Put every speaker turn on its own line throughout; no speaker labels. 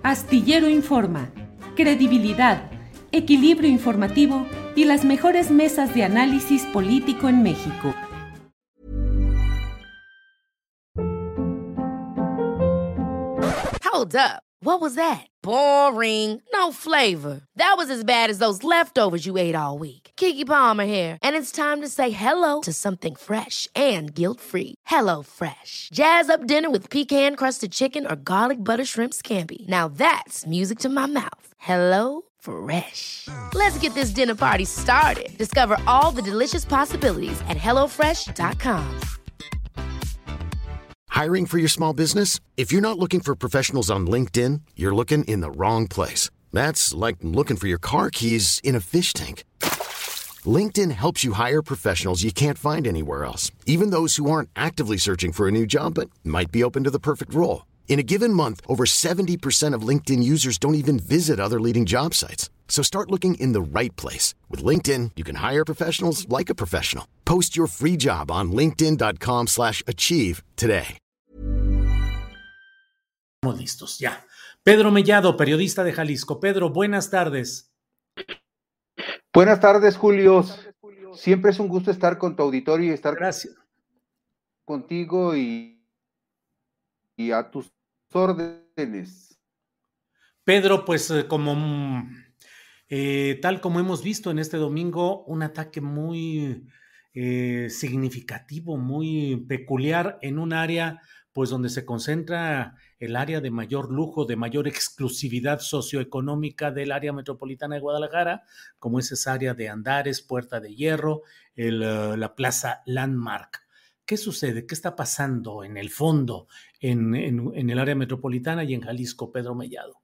Astillero Informa, credibilidad, equilibrio informativo y las mejores mesas de análisis político en México.
Hold up. What was that? Boring. No flavor. That was as bad as those leftovers you ate all week. Keke Palmer here, and it's time to say hello to something fresh and guilt-free. Hello Fresh. Jazz up dinner with pecan-crusted chicken or garlic butter shrimp scampi. Now that's music to my mouth. Hello Fresh. Let's get this dinner party started. Discover all the delicious possibilities at hellofresh.com.
Hiring for your small business? If you're not looking for professionals on LinkedIn, you're looking in the wrong place. That's like looking for your car keys in a fish tank. LinkedIn helps you hire professionals you can't find anywhere else, even those who aren't actively searching for a new job but might be open to the perfect role. In a given month, over 70% of LinkedIn users don't even visit other leading job sites. So start looking in the right place. With LinkedIn, you can hire professionals like a professional. Post your free job on linkedin.com/achieve today.
Estamos listos, ya. Pedro Mellado, periodista de Jalisco. Pedro, buenas tardes.
Buenas tardes, Julio. Siempre es un gusto estar con tu auditorio y estar contigo y a tus órdenes.
Pedro, pues tal como hemos visto en este domingo, un ataque muy significativo, muy peculiar en un área pues donde se concentra el área de mayor lujo, de mayor exclusividad socioeconómica del área metropolitana de Guadalajara, como es esa área de Andares, Puerta de Hierro, la Plaza Landmark. ¿Qué sucede? ¿Qué está pasando en el fondo en el área metropolitana y en Jalisco, Pedro Mellado?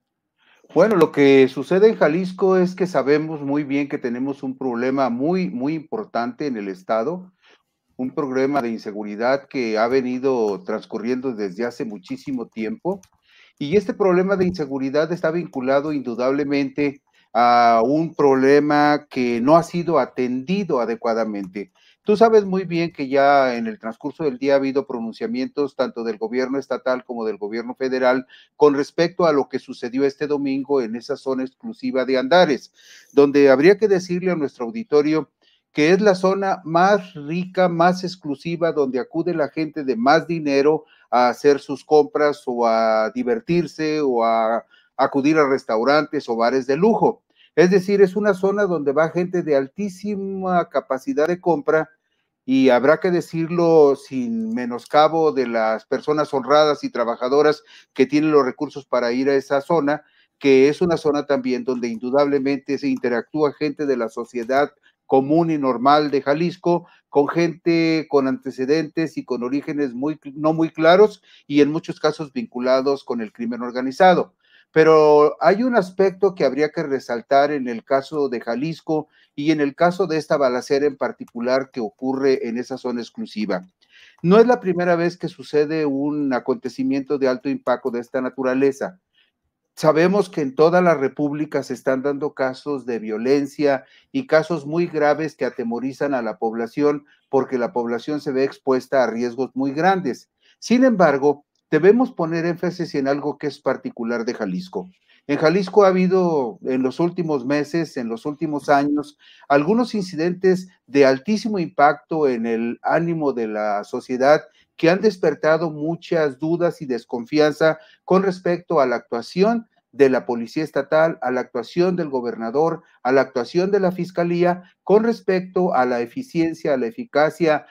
Bueno, lo que sucede en Jalisco es que sabemos muy bien que tenemos un problema muy, muy importante en el estado, un problema de inseguridad que ha venido transcurriendo desde hace muchísimo tiempo, y este problema de inseguridad está vinculado indudablemente a un problema que no ha sido atendido adecuadamente. Tú sabes muy bien que ya en el transcurso del día ha habido pronunciamientos tanto del gobierno estatal como del gobierno federal con respecto a lo que sucedió este domingo en esa zona exclusiva de Andares, donde habría que decirle a nuestro auditorio que es la zona más rica, más exclusiva, donde acude la gente de más dinero a hacer sus compras o a divertirse o a acudir a restaurantes o bares de lujo. Es decir, es una zona donde va gente de altísima capacidad de compra y habrá que decirlo sin menoscabo de las personas honradas y trabajadoras que tienen los recursos para ir a esa zona, que es una zona también donde indudablemente se interactúa gente de la sociedad común y normal de Jalisco, con gente con antecedentes y con orígenes no muy claros y en muchos casos vinculados con el crimen organizado. Pero hay un aspecto que habría que resaltar en el caso de Jalisco y en el caso de esta balacera en particular que ocurre en esa zona exclusiva. No es la primera vez que sucede un acontecimiento de alto impacto de esta naturaleza. Sabemos que en toda la República se están dando casos de violencia y casos muy graves que atemorizan a la población porque la población se ve expuesta a riesgos muy grandes. Sin embargo, debemos poner énfasis en algo que es particular de Jalisco. En Jalisco ha habido en los últimos meses, en los últimos años, algunos incidentes de altísimo impacto en el ánimo de la sociedad que han despertado muchas dudas y desconfianza con respecto a la actuación de la Policía Estatal, a la actuación del gobernador, a la actuación de la Fiscalía, con respecto a la eficiencia, a la eficacia,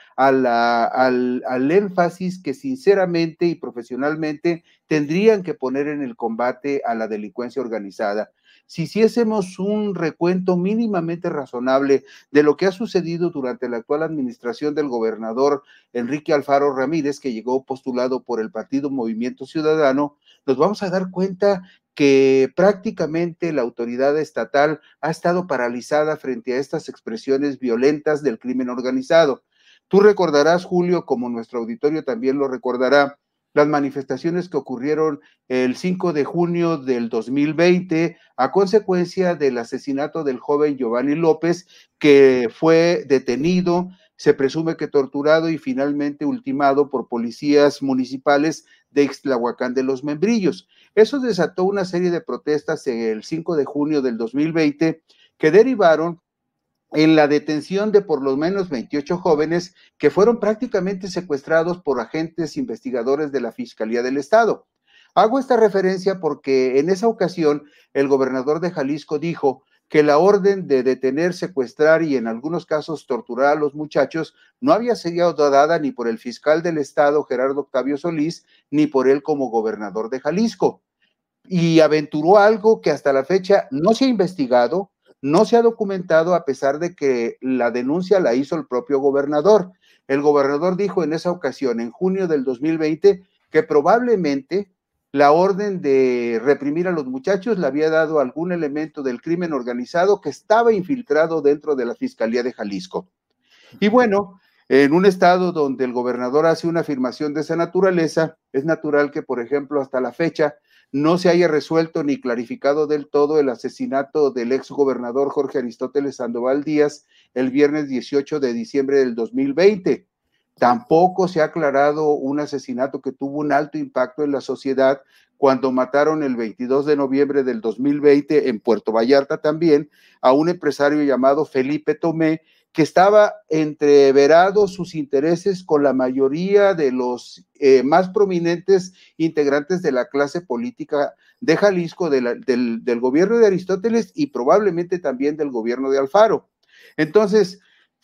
al énfasis que sinceramente y profesionalmente tendrían que poner en el combate a la delincuencia organizada. Si hiciésemos un recuento mínimamente razonable de lo que ha sucedido durante la actual administración del gobernador Enrique Alfaro Ramírez, que llegó postulado por el partido Movimiento Ciudadano, nos vamos a dar cuenta que prácticamente la autoridad estatal ha estado paralizada frente a estas expresiones violentas del crimen organizado. Tú recordarás, Julio, como nuestro auditorio también lo recordará, las manifestaciones que ocurrieron el 5 de junio del 2020 a consecuencia del asesinato del joven Giovanni López, que fue detenido, se presume que torturado y finalmente ultimado por policías municipales de Ixtlahuacán de los Membrillos. Eso desató una serie de protestas el 5 de junio del 2020 que derivaron en la detención de por lo menos 28 jóvenes que fueron prácticamente secuestrados por agentes investigadores de la Fiscalía del Estado. Hago esta referencia porque en esa ocasión el gobernador de Jalisco dijo que la orden de detener, secuestrar y en algunos casos torturar a los muchachos no había sido dada ni por el fiscal del Estado, Gerardo Octavio Solís, ni por él como gobernador de Jalisco. Y aventuró algo que hasta la fecha no se ha investigado, no se ha documentado, a pesar de que la denuncia la hizo el propio gobernador. El gobernador dijo en esa ocasión, en junio del 2020, que probablemente la orden de reprimir a los muchachos le había dado algún elemento del crimen organizado que estaba infiltrado dentro de la Fiscalía de Jalisco. Y bueno, en un estado donde el gobernador hace una afirmación de esa naturaleza, es natural que, por ejemplo, hasta la fecha no se haya resuelto ni clarificado del todo el asesinato del exgobernador Jorge Aristóteles Sandoval Díaz el viernes 18 de diciembre del 2020. Tampoco se ha aclarado un asesinato que tuvo un alto impacto en la sociedad cuando mataron el 22 de noviembre del 2020 en Puerto Vallarta también a un empresario llamado Felipe Tomé, que estaba entreverado sus intereses con la mayoría de los más prominentes integrantes de la clase política de Jalisco, del gobierno de Aristóteles y probablemente también del gobierno de Alfaro. Entonces,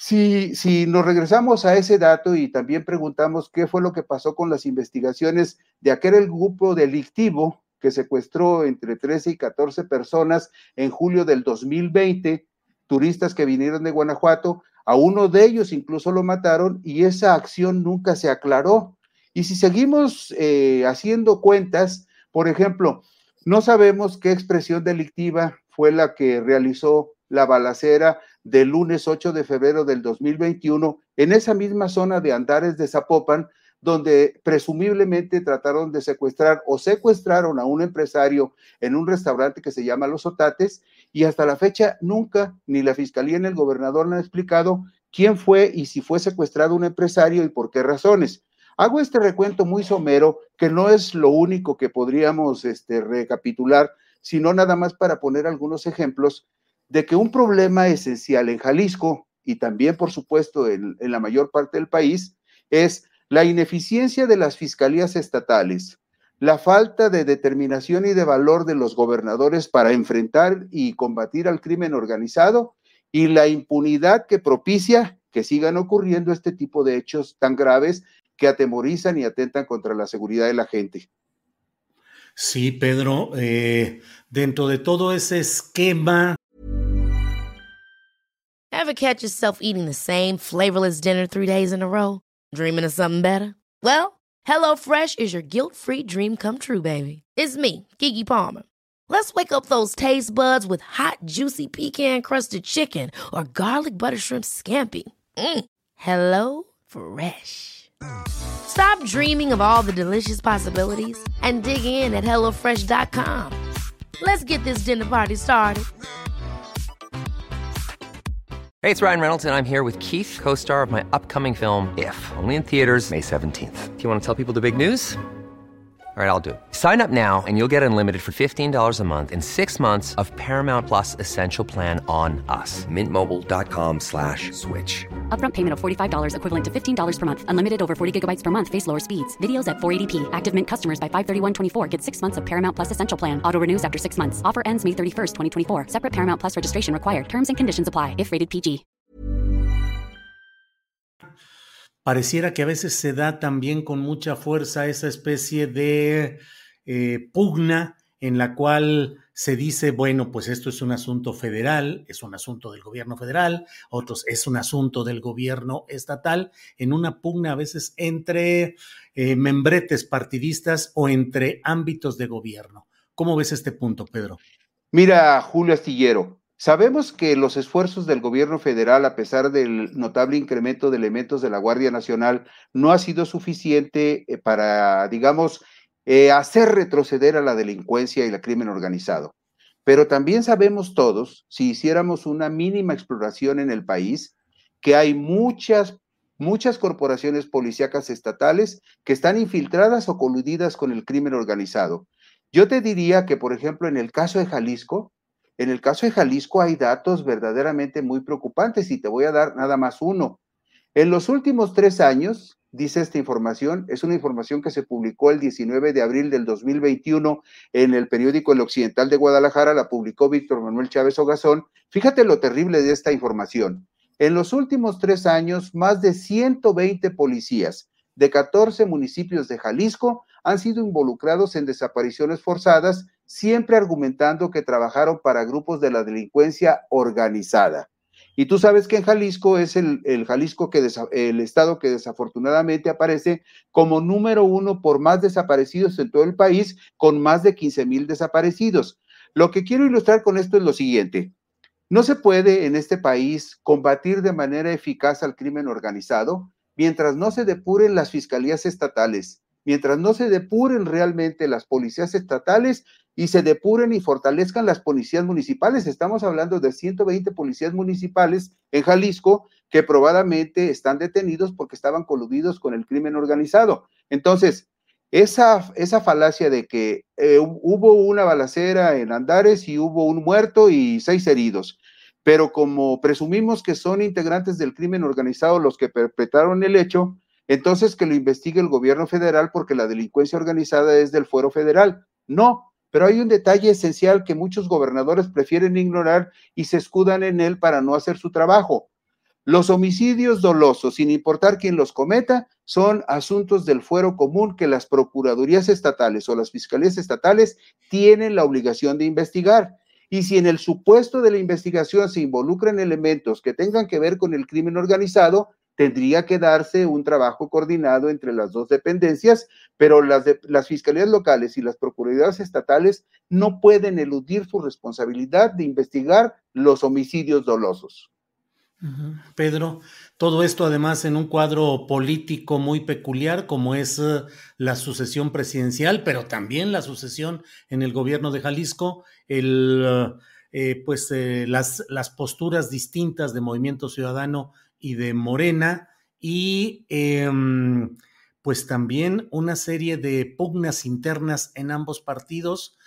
si nos regresamos a ese dato y también preguntamos qué fue lo que pasó con las investigaciones de aquel grupo delictivo que secuestró entre 13 y 14 personas en julio del 2020, turistas que vinieron de Guanajuato, a uno de ellos incluso lo mataron y esa acción nunca se aclaró. Y si seguimos haciendo cuentas, por ejemplo, no sabemos qué expresión delictiva fue la que realizó la balacera del lunes 8 de febrero del 2021 en esa misma zona de Andares de Zapopan, donde presumiblemente trataron de secuestrar o secuestraron a un empresario en un restaurante que se llama Los Otates, y hasta la fecha nunca ni la fiscalía ni el gobernador han explicado quién fue y si fue secuestrado un empresario y por qué razones. Hago este recuento muy somero, que no es lo único que podríamos recapitular, sino nada más para poner algunos ejemplos de que un problema esencial en Jalisco y también, por supuesto, en la mayor parte del país, es la ineficiencia de las fiscalías estatales, la falta de determinación y de valor de los gobernadores para enfrentar y combatir al crimen organizado y la impunidad que propicia que sigan ocurriendo este tipo de hechos tan graves que atemorizan y atentan contra la seguridad de la gente.
Sí, Pedro, dentro de todo ese esquema.
Ever catch yourself eating the same flavorless dinner 3 days in a row? Dreaming of something better? Well, HelloFresh is your guilt-free dream come true, baby. It's me, Keke Palmer. Let's wake up those taste buds with hot, juicy pecan-crusted chicken or garlic butter shrimp scampi. Hello Fresh. Stop dreaming of all the delicious possibilities and dig in at HelloFresh.com. Let's get this dinner party started.
Hey, it's Ryan Reynolds, and I'm here with Keith, co-star of my upcoming film, If, only in theaters May 17th. Do you want to tell people the big news? All right, I'll do it. Sign up now and you'll get unlimited for $15 a month and 6 months of Paramount Plus Essential Plan on us. MintMobile.com/switch.
Upfront payment of $45 equivalent to $15 per month. Unlimited over 40 gigabytes per month. Face lower speeds. Videos at 480p. Active Mint customers by 531.24 get 6 months of Paramount Plus Essential Plan. Auto renews after 6 months. Offer ends May 31st, 2024. Separate Paramount Plus registration required. Terms and conditions apply if rated PG.
Pareciera que a veces se da también con mucha fuerza esa especie de pugna en la cual se dice, bueno, pues esto es un asunto federal, es un asunto del gobierno federal, otros es un asunto del gobierno estatal, en una pugna a veces entre membretes partidistas o entre ámbitos de gobierno. ¿Cómo ves este punto, Pedro?
Mira, Julio Astillero, sabemos que los esfuerzos del gobierno federal, a pesar del notable incremento de elementos de la Guardia Nacional, no ha sido suficiente para, digamos, hacer retroceder a la delincuencia y el crimen organizado. Pero también sabemos todos, si hiciéramos una mínima exploración en el país, que hay muchas muchas corporaciones policíacas estatales que están infiltradas o coludidas con el crimen organizado. Yo te diría que, por ejemplo, en el caso de Jalisco hay datos verdaderamente muy preocupantes y te voy a dar nada más uno. En los últimos 3 años, dice esta información, es una información que se publicó el 19 de abril del 2021 en el periódico El Occidental de Guadalajara, la publicó Víctor Manuel Chávez Ogazón. Fíjate lo terrible de esta información. En los últimos 3 años, más de 120 policías de 14 municipios de Jalisco han sido involucrados en desapariciones forzadas, siempre argumentando que trabajaron para grupos de la delincuencia organizada. Y tú sabes que en Jalisco es el estado que desafortunadamente aparece como número 1 por más desaparecidos en todo el país, con más de 15,000 desaparecidos. Lo que quiero ilustrar con esto es lo siguiente. No se puede en este país combatir de manera eficaz al crimen organizado mientras no se depuren las fiscalías estatales, mientras no se depuren realmente las policías estatales y se depuren y fortalezcan las policías municipales. Estamos hablando de 120 policías municipales en Jalisco que probadamente están detenidos porque estaban coludidos con el crimen organizado. Entonces, esa falacia de que hubo una balacera en Andares y hubo un muerto y 6 heridos, pero como presumimos que son integrantes del crimen organizado los que perpetraron el hecho, entonces que lo investigue el gobierno federal porque la delincuencia organizada es del fuero federal. No, pero hay un detalle esencial que muchos gobernadores prefieren ignorar y se escudan en él para no hacer su trabajo. Los homicidios dolosos, sin importar quién los cometa, son asuntos del fuero común que las procuradurías estatales o las fiscalías estatales tienen la obligación de investigar. Y si en el supuesto de la investigación se involucran elementos que tengan que ver con el crimen organizado, tendría que darse un trabajo coordinado entre las dos dependencias, pero las fiscalías locales y las procuradurías estatales no pueden eludir su responsabilidad de investigar los homicidios dolosos.
Pedro, todo esto además en un cuadro político muy peculiar como es la sucesión presidencial, pero también la sucesión en el gobierno de Jalisco, las posturas distintas de Movimiento Ciudadano y de Morena y pues también una serie de pugnas internas en ambos partidos,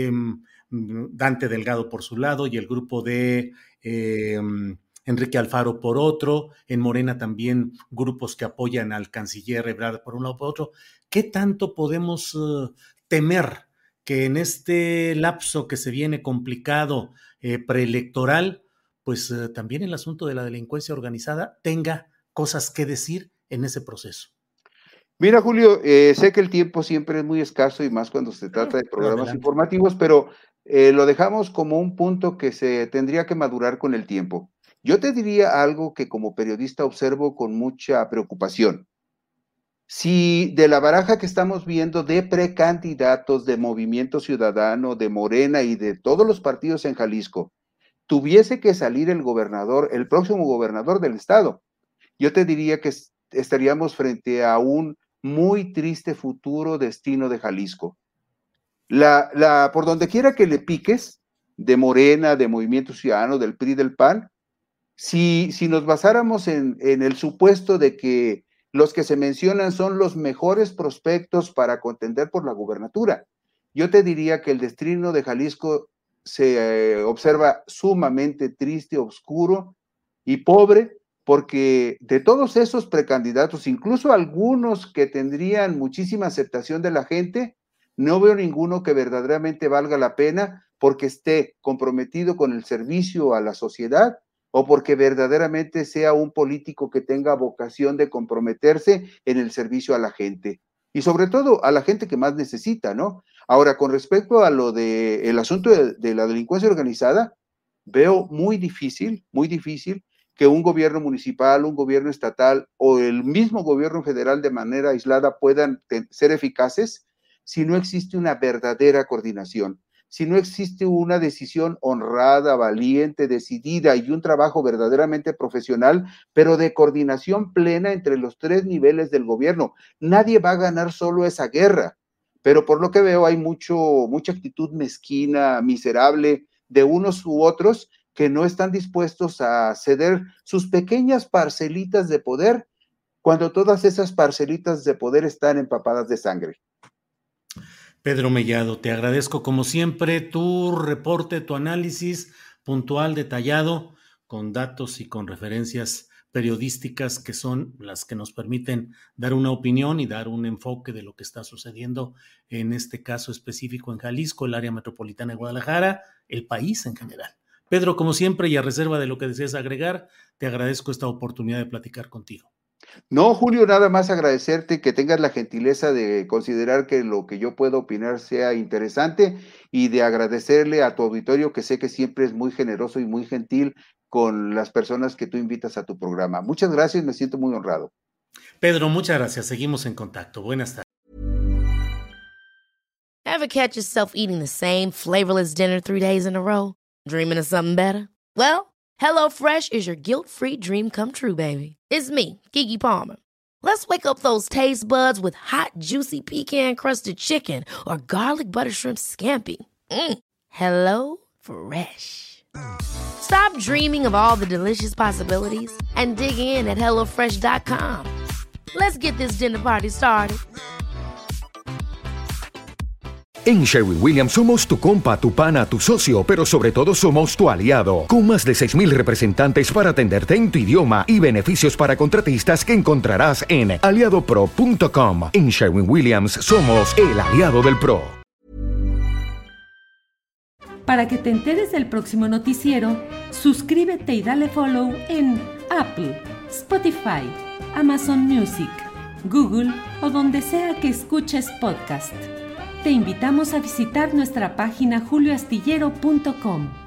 Dante Delgado por su lado y el grupo de Enrique Alfaro por otro, en Morena también grupos que apoyan al canciller Ebrard por un lado por otro. ¿Qué tanto podemos temer que en este lapso que se viene complicado preelectoral, pues también el asunto de la delincuencia organizada tenga cosas que decir en ese proceso?
Mira, Julio, sé que el tiempo siempre es muy escaso y más cuando se trata de programas informativos, pero lo dejamos como un punto que se tendría que madurar con el tiempo. Yo te diría algo que como periodista observo con mucha preocupación. Si de la baraja que estamos viendo de precandidatos de Movimiento Ciudadano, de Morena y de todos los partidos en Jalisco, tuviese que salir el próximo gobernador del estado, yo te diría que estaríamos frente a un muy triste futuro destino de Jalisco. Por donde quiera que le piques, de Morena, de Movimiento Ciudadano, del PRI, del PAN, si nos basáramos en el supuesto de que los que se mencionan son los mejores prospectos para contender por la gubernatura, yo te diría que el destino de Jalisco se observa sumamente triste, oscuro y pobre, porque de todos esos precandidatos, incluso algunos que tendrían muchísima aceptación de la gente, no veo ninguno que verdaderamente valga la pena porque esté comprometido con el servicio a la sociedad o porque verdaderamente sea un político que tenga vocación de comprometerse en el servicio a la gente y sobre todo a la gente que más necesita, ¿no? Ahora, con respecto a lo de el asunto de la delincuencia organizada, veo muy difícil que un gobierno municipal, un gobierno estatal o el mismo gobierno federal de manera aislada puedan ser eficaces si no existe una verdadera coordinación, si no existe una decisión honrada, valiente, decidida y un trabajo verdaderamente profesional, pero de coordinación plena entre los 3 niveles del gobierno. Nadie va a ganar solo esa guerra, pero por lo que veo hay mucha actitud mezquina, miserable de unos u otros que no están dispuestos a ceder sus pequeñas parcelitas de poder cuando todas esas parcelitas de poder están empapadas de sangre.
Pedro Mellado, te agradezco como siempre tu reporte, tu análisis puntual, detallado, con datos y con referencias periodísticas que son las que nos permiten dar una opinión y dar un enfoque de lo que está sucediendo en este caso específico en Jalisco, el área metropolitana de Guadalajara, el país en general. Pedro, como siempre, y a reserva de lo que desees agregar, te agradezco esta oportunidad de platicar contigo.
No, Julio, nada más agradecerte que tengas la gentileza de considerar que lo que yo puedo opinar sea interesante y de agradecerle a tu auditorio, que sé que siempre es muy generoso y muy gentil con las personas que tú invitas a tu programa. Muchas gracias, me siento muy honrado.
Pedro, muchas gracias. Seguimos en contacto. Buenas tardes.
Ever catch yourself eating the same flavorless dinner 3 days in a row? Dreaming of something better? Well, HelloFresh is your guilt-free dream come true, baby. It's me, Keke Palmer. Let's wake up those taste buds with hot, juicy pecan-crusted chicken or garlic butter shrimp scampi. Hello Fresh. Stop dreaming of all the delicious possibilities and dig in at HelloFresh.com. Let's get this dinner party started.
En Sherwin-Williams somos tu compa, tu pana, tu socio, pero sobre todo somos tu aliado, con más de 6,000 representantes para atenderte en tu idioma y beneficios para contratistas que encontrarás en aliadopro.com. En Sherwin-Williams somos el aliado del pro.
Para que te enteres del próximo noticiero, suscríbete y dale follow en Apple, Spotify, Amazon Music, Google o donde sea que escuches podcast. Te invitamos a visitar nuestra página julioastillero.com.